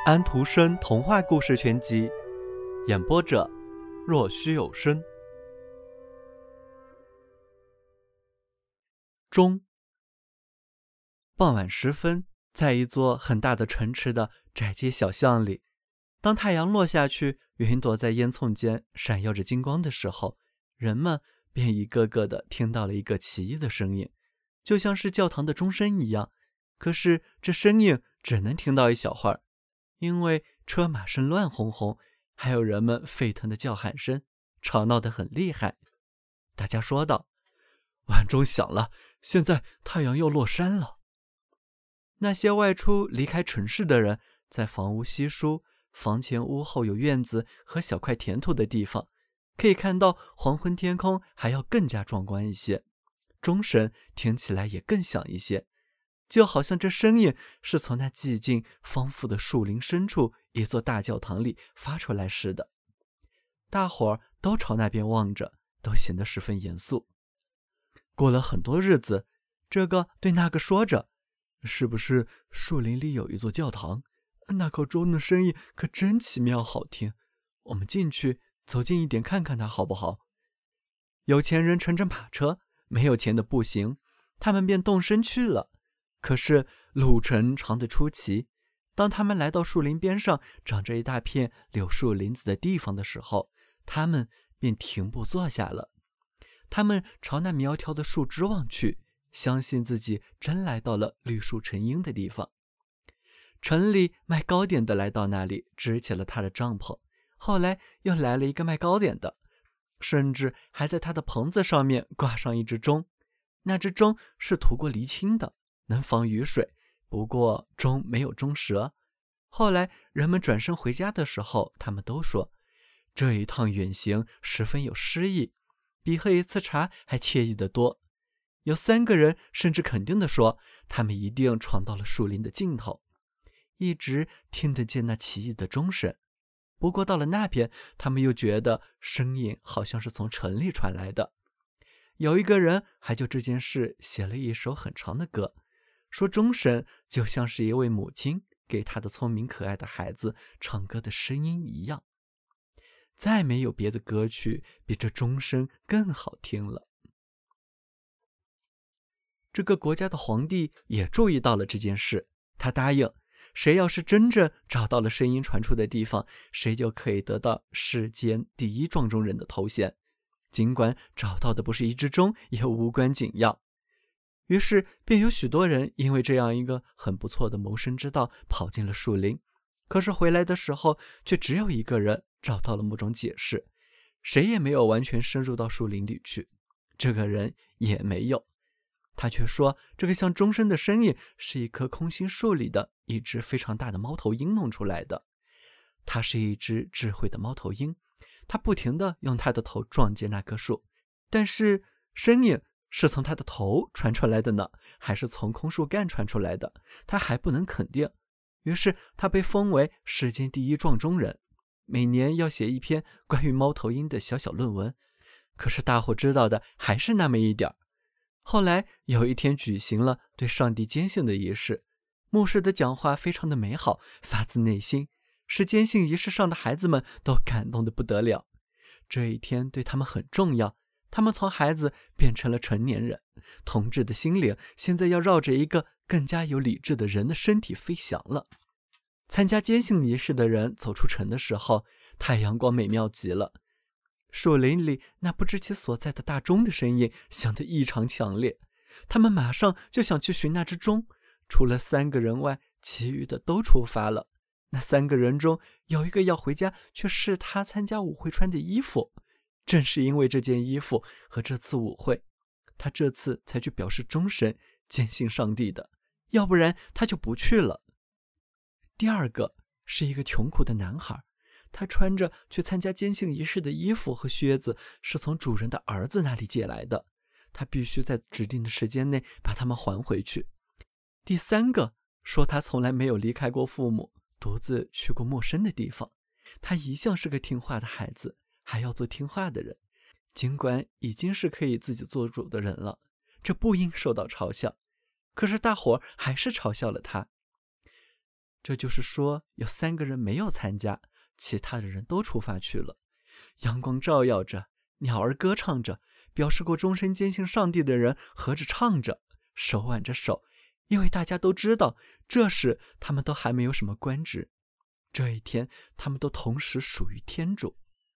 安徒生童话故事全集，演播者若虚有声。钟。傍晚时分，在一座很大的城池的窄街小巷里，当太阳落下去，云朵在烟囱间闪耀着金光的时候，人们便一个个的听到了一个奇异的声音，就像是教堂的钟声一样。可是这声音只能听到一小会儿，因为车马声乱哄哄，还有人们沸腾的叫喊声，吵闹得很厉害。大家说道：“晚钟响了，现在太阳要落山了。”那些外出离开城市的人，在房屋稀疏、房前屋后有院子和小块田土的地方，可以看到黄昏天空还要更加壮观一些，钟声听起来也更响一些，就好像这声音是从那寂静丰富的树林深处一座大教堂里发出来似的。大伙儿都朝那边望着，都显得十分严肃。过了很多日子，这个对那个说着：“是不是树林里有一座教堂？那口钟的声音可真奇妙好听，我们进去走近一点看看它好不好？”有钱人乘着马车，没有钱的步行，他们便动身去了。可是路程长得出奇，当他们来到树林边上长着一大片柳树林子的地方的时候，他们便停步坐下了。他们朝那苗条的树枝望去，相信自己真来到了绿树成荫的地方。城里卖糕点的来到那里，支起了他的帐篷，后来又来了一个卖糕点的，甚至还在他的棚子上面挂上一只钟。那只钟是涂过沥青的，能防雨水，不过钟没有钟舌。后来人们转身回家的时候，他们都说这一趟远行十分有诗意，比喝一次茶还惬意得多。有3个人甚至肯定地说，他们一定闯到了树林的尽头，一直听得见那奇异的钟声。不过到了那边，他们又觉得声音好像是从城里传来的。有一个人还就这件事写了一首很长的歌，说钟声就像是一位母亲给她的聪明可爱的孩子唱歌的声音一样。再没有别的歌曲比这钟声更好听了。这个国家的皇帝也注意到了这件事，他答应，谁要是真正找到了声音传出的地方，谁就可以得到世间第一撞钟人的头衔，尽管找到的不是一只钟，也无关紧要。于是便有许多人因为这样一个很不错的谋生之道跑进了树林，可是回来的时候却只有一个人找到了某种解释，谁也没有完全深入到树林里去。这个人也没有，他却说这个像钟声的声音是一棵空心树里的一只非常大的猫头鹰弄出来的。它是一只智慧的猫头鹰，它不停地用它的头撞击那棵树，但是声音是从它的头传出来的呢，还是从空树干传出来的，他还不能肯定。于是他被封为世间第一撞钟人，每年要写一篇关于猫头鹰的小小论文。可是大伙知道的还是那么一点。后来有一天举行了对上帝坚信的仪式，牧师的讲话非常的美好，发自内心，使坚信仪式上的孩子们都感动得不得了。这一天对他们很重要，他们从孩子变成了成年人，同志的心灵现在要绕着一个更加有理智的人的身体飞翔了。参加坚信仪式的人走出城的时候，太阳光美妙极了，树林里那不知其所在的大钟的声音响得异常强烈，他们马上就想去寻那只钟。除了3个人外，其余的都出发了。那3个人中有一个要回家去试他参加舞会穿的衣服，正是因为这件衣服和这次舞会，他这次才去表示钟声坚信上帝的，要不然他就不去了。第2个是一个穷苦的男孩，他穿着去参加坚信仪式的衣服和靴子是从主人的儿子那里借来的，他必须在指定的时间内把它们还回去。第3个说他从来没有离开过父母，独自去过陌生的地方，他一向是个听话的孩子，还要做听话的人，尽管已经是可以自己做主的人了，这不应受到嘲笑。可是大伙儿还是嘲笑了他。 这就是说，有3个人没有参加，其他的人都出发去了。阳光照耀着，鸟儿歌唱着，表示过终身坚信上帝的人合着唱着，手挽着手，因为大家都知道，这时他们都还没有什么官职，这一天他们都同时属于天主。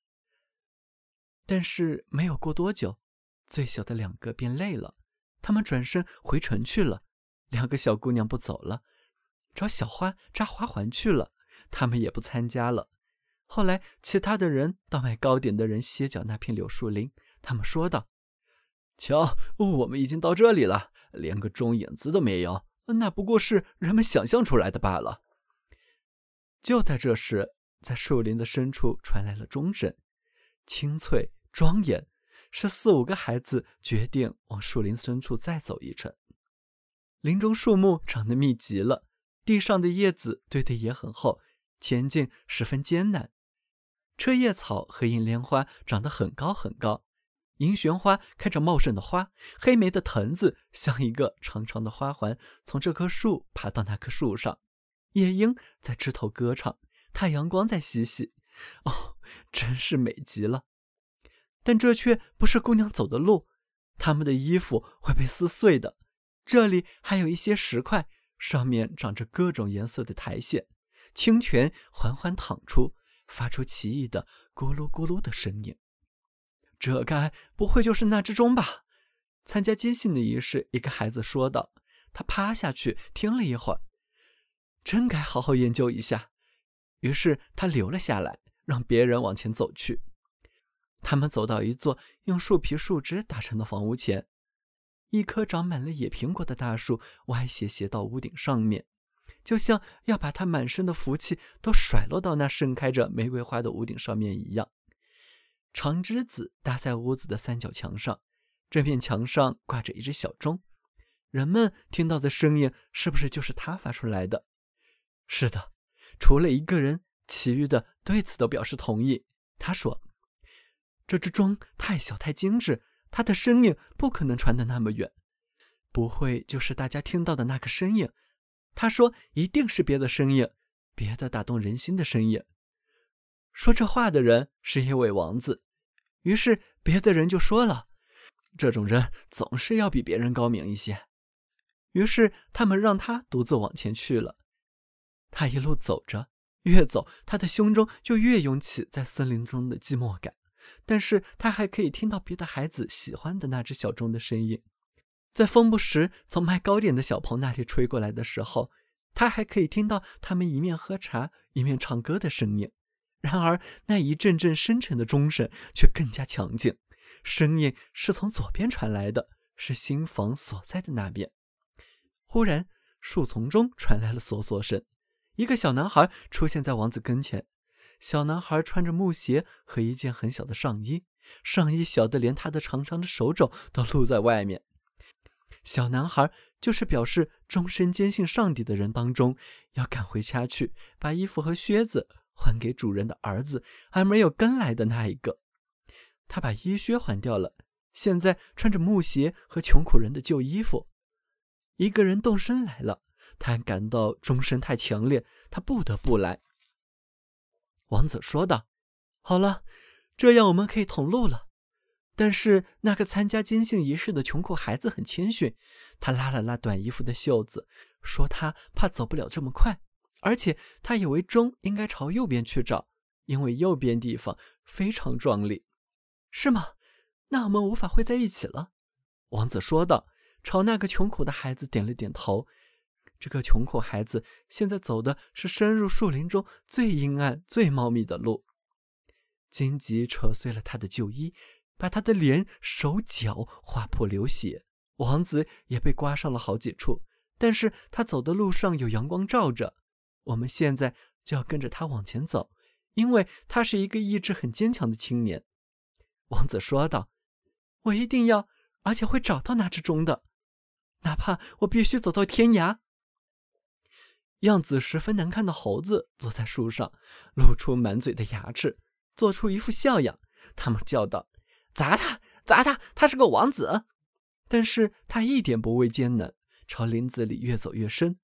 但是没有过多久，最小的2个便累了，他们转身回城去了。2个小姑娘不走了，找小花扎花环去了，他们也不参加了。后来其他的人到卖糕点的人歇脚那片柳树林，他们说道：瞧，我们已经到这里了，连个钟影子都没有，那不过是人们想象出来的罢了。就在这时，在树林的深处传来了钟声，清脆庄严，是4、5个孩子决定往树林深处再走一程。林中树木长得密集了，地上的叶子堆得也很厚，前进十分艰难。车叶草和银莲花长得很高很高，银旋花开着茂盛的花，黑莓的藤子像一个长长的花环，从这棵树爬到那棵树上。夜莺在枝头歌唱，太阳光在嬉戏，真是美极了。但这却不是姑娘走的路，她们的衣服会被撕碎的。这里还有一些石块，上面长着各种颜色的苔藓，清泉缓缓淌出，发出奇异的咕噜咕噜的声音。这该不会就是那只钟吧？参加接信的仪式，一个孩子说道。他趴下去听了一会儿，真该好好研究一下。于是他留了下来，让别人往前走去。他们走到一座用树皮树枝打成的房屋前，一棵长满了野苹果的大树歪斜斜到屋顶上面，就像要把它满身的福气都甩落到那盛开着玫瑰花的屋顶上面一样。长枝子搭在屋子的3角墙上，这面墙上挂着一只小钟。人们听到的声音是不是就是它发出来的？是的，除了1个人，其余的对此都表示同意。他说，这只钟太小太精致，它的声音不可能传得那么远，不会就是大家听到的那个声音。他说一定是别的声音，别的打动人心的声音。说这话的人是一位王子，于是别的人就说了，这种人总是要比别人高明一些。于是他们让他独自往前去了。他一路走着，越走他的胸中就越涌起在森林中的寂寞感，但是他还可以听到别的孩子喜欢的那只小钟的声音。在风不时从卖糕点的小棚那里吹过来的时候，他还可以听到他们一面喝茶一面唱歌的声音。然而那一阵阵深沉的钟声却更加强劲，声音是从左边传来的，是新房所在的那边。忽然树丛中传来了窣窣声，一个小男孩出现在王子跟前。小男孩穿着木鞋和一件很小的上衣，上衣小的连他的长长的手肘都露在外面。小男孩就是表示终身坚信上帝的人当中要赶回家去把衣服和靴子还给主人的儿子还没有跟来的那一个。他把衣靴还掉了，现在穿着木鞋和穷苦人的旧衣服。一个人动身来了，他感到钟声太强烈，他不得不来。王子说道，好了，这样我们可以同路了。但是那个参加坚信仪式的穷苦孩子很谦逊，他拉了拉短衣服的袖子，说他怕走不了这么快，而且他以为钟应该朝右边去找，因为右边地方非常壮丽。是吗？那我们无法会在一起了。王子说道，朝那个穷苦的孩子点了点头。这个穷苦孩子现在走的是深入树林中最阴暗最茂密的路。荆棘扯碎了他的旧衣，把他的脸手脚划破流血，王子也被刮伤了好几处，但是他走的路上有阳光照着。我们现在就要跟着他往前走，因为他是一个意志很坚强的青年。王子说道，我一定要，而且会找到那只钟的，哪怕我必须走到天涯。样子十分难看的猴子坐在树上，露出满嘴的牙齿，做出一副笑样。他们叫道，砸他，砸他，他是个王子。但是他一点不畏艰难，朝林子里越走越深。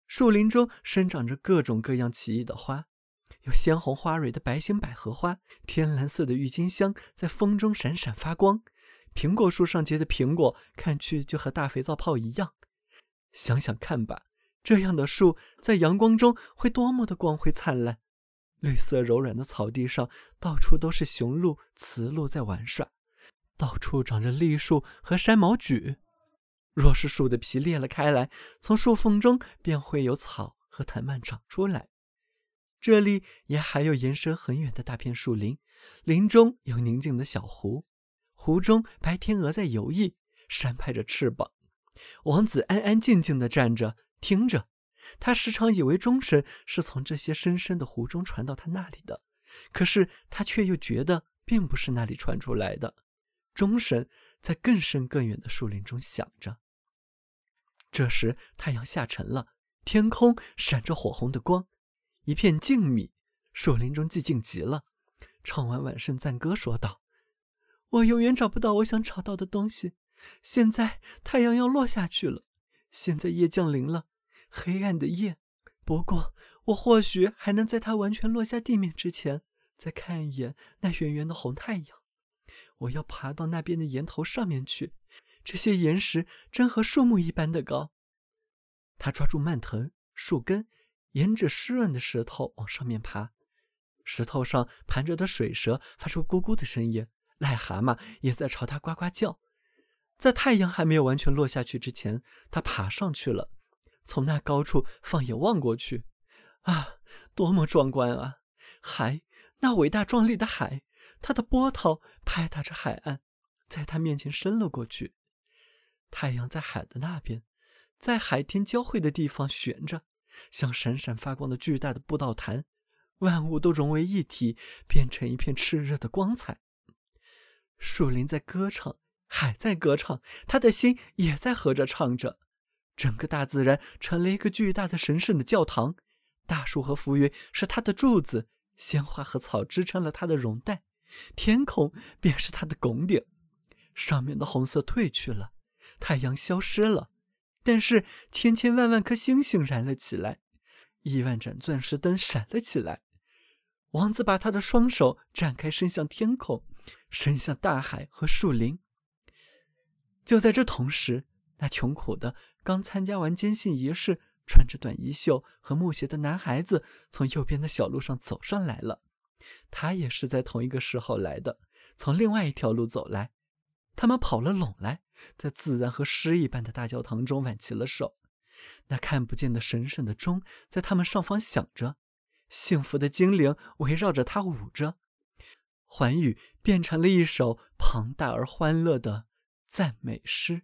树林中生长着各种各样奇异的花，有鲜红花蕊的白形百合花，天蓝色的郁金香在风中闪闪发光，苹果树上结的苹果看去就和大肥皂泡一样。想想看吧，这样的树在阳光中会多么的光辉灿烂。绿色柔软的草地上，到处都是雄鹿、雌鹿在玩耍，到处长着栗树和山毛榉。若是树的皮裂了开来，从树缝中便会有草和藤蔓长出来。这里也还有延伸很远的大片树林，林中有宁静的小湖，湖中白天鹅在游弋，扇拍着翅膀。王子安安静静地站着听着，他时常以为钟声是从这些深深的湖中传到他那里的，可是他却又觉得并不是那里传出来的，钟声在更深更远的树林中响着。这时太阳下沉了，天空闪着火红的光，一片静谧，树林中寂静极了。唱完晚圣赞歌说道：我永远找不到我想找到的东西，现在太阳要落下去了，现在夜降临了，黑暗的夜。不过我或许还能在它完全落下地面之前，再看一眼那圆圆的红太阳。我要爬到那边的岩头上面去，这些岩石真和树木一般的高。他抓住蔓藤、树根，沿着湿润的石头往上面爬。石头上盘着的水蛇发出咕咕的声音，癞蛤蟆也在朝他呱呱叫。在太阳还没有完全落下去之前，他爬上去了，从那高处放眼望过去，啊，多么壮观啊！海，那伟大壮丽的海，它的波涛拍打着海岸，在他面前伸了过去。太阳在海的那边，在海天交汇的地方悬着，像闪闪发光的巨大的布道坛，万物都融为一体，变成一片炽热的光彩。树林在歌唱，海在歌唱，他的心也在和着唱着。整个大自然成了一个巨大的神圣的教堂，大树和浮云是它的柱子，鲜花和草支撑了它的容带，天空便是它的拱顶。上面的红色褪去了，太阳消失了，但是千千万万颗星星燃了起来，亿万盏钻石灯闪了起来。王子把他的双手展开，伸向天空，伸向大海和树林。就在这同时，那穷苦的刚参加完坚信仪式，穿着短衣袖和木鞋的男孩子从右边的小路上走上来了。他也是在同一个时候来的，从另外一条路走来。他们跑了拢来，在自然和诗一般的大教堂中挽起了手。那看不见的神圣的钟在他们上方响着，幸福的精灵围绕着它舞着，寰宇变成了一首庞大而欢乐的赞美诗。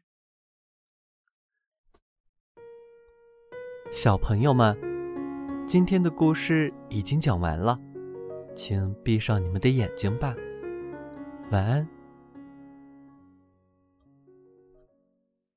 小朋友们，今天的故事已经讲完了，请闭上你们的眼睛吧，晚安。